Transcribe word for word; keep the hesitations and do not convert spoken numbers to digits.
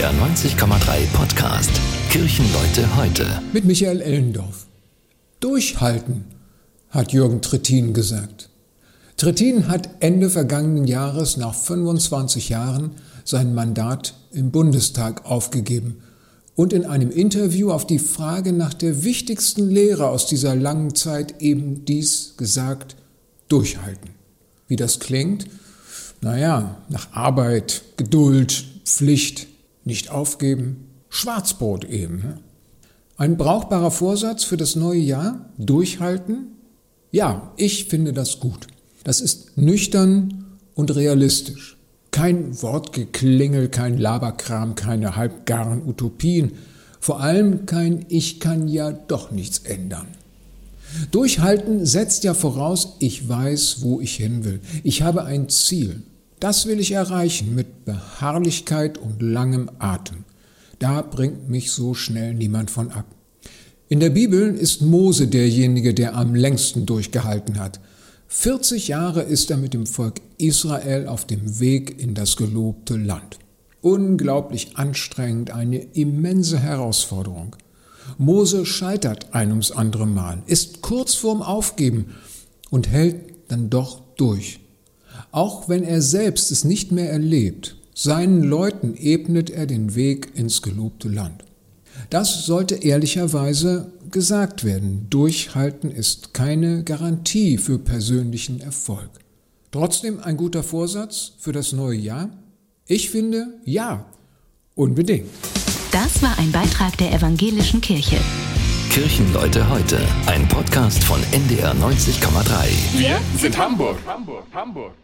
R neunzig Komma drei Podcast Kirchenleute heute. Mit Michael Ellendorf. Durchhalten, hat Jürgen Trittin gesagt. Trittin hat Ende vergangenen Jahres nach fünfundzwanzig Jahren sein Mandat im Bundestag aufgegeben und in einem Interview auf die Frage nach der wichtigsten Lehre aus dieser langen Zeit eben dies gesagt: Durchhalten. Wie das klingt? Naja, nach Arbeit, Geduld, Pflicht, nicht aufgeben, Schwarzbrot eben. Ein brauchbarer Vorsatz für das neue Jahr? Durchhalten? Ja, ich finde das gut. Das ist nüchtern und realistisch. Kein Wortgeklingel, kein Laberkram, keine halbgaren Utopien. Vor allem kein Ich kann ja doch nichts ändern. Durchhalten setzt ja voraus, ich weiß, wo ich hin will. Ich habe ein Ziel. Das will ich erreichen mit Beharrlichkeit und langem Atem. Da bringt mich so schnell niemand von ab. In der Bibel ist Mose derjenige, der am längsten durchgehalten hat. vierzig Jahre ist er mit dem Volk Israel auf dem Weg in das gelobte Land. Unglaublich anstrengend, eine immense Herausforderung. Mose scheitert ein ums andere Mal, ist kurz vorm Aufgeben und hält dann doch durch. Auch wenn er selbst es nicht mehr erlebt, seinen Leuten ebnet er den Weg ins gelobte Land. Das sollte ehrlicherweise gesagt werden. Durchhalten ist keine Garantie für persönlichen Erfolg. Trotzdem ein guter Vorsatz für das neue Jahr? Ich finde, ja, unbedingt. Das war ein Beitrag der Evangelischen Kirche. Kirchenleute heute, ein Podcast von N D R neunzig Komma drei. Wir sind Hamburg. Hamburg, Hamburg.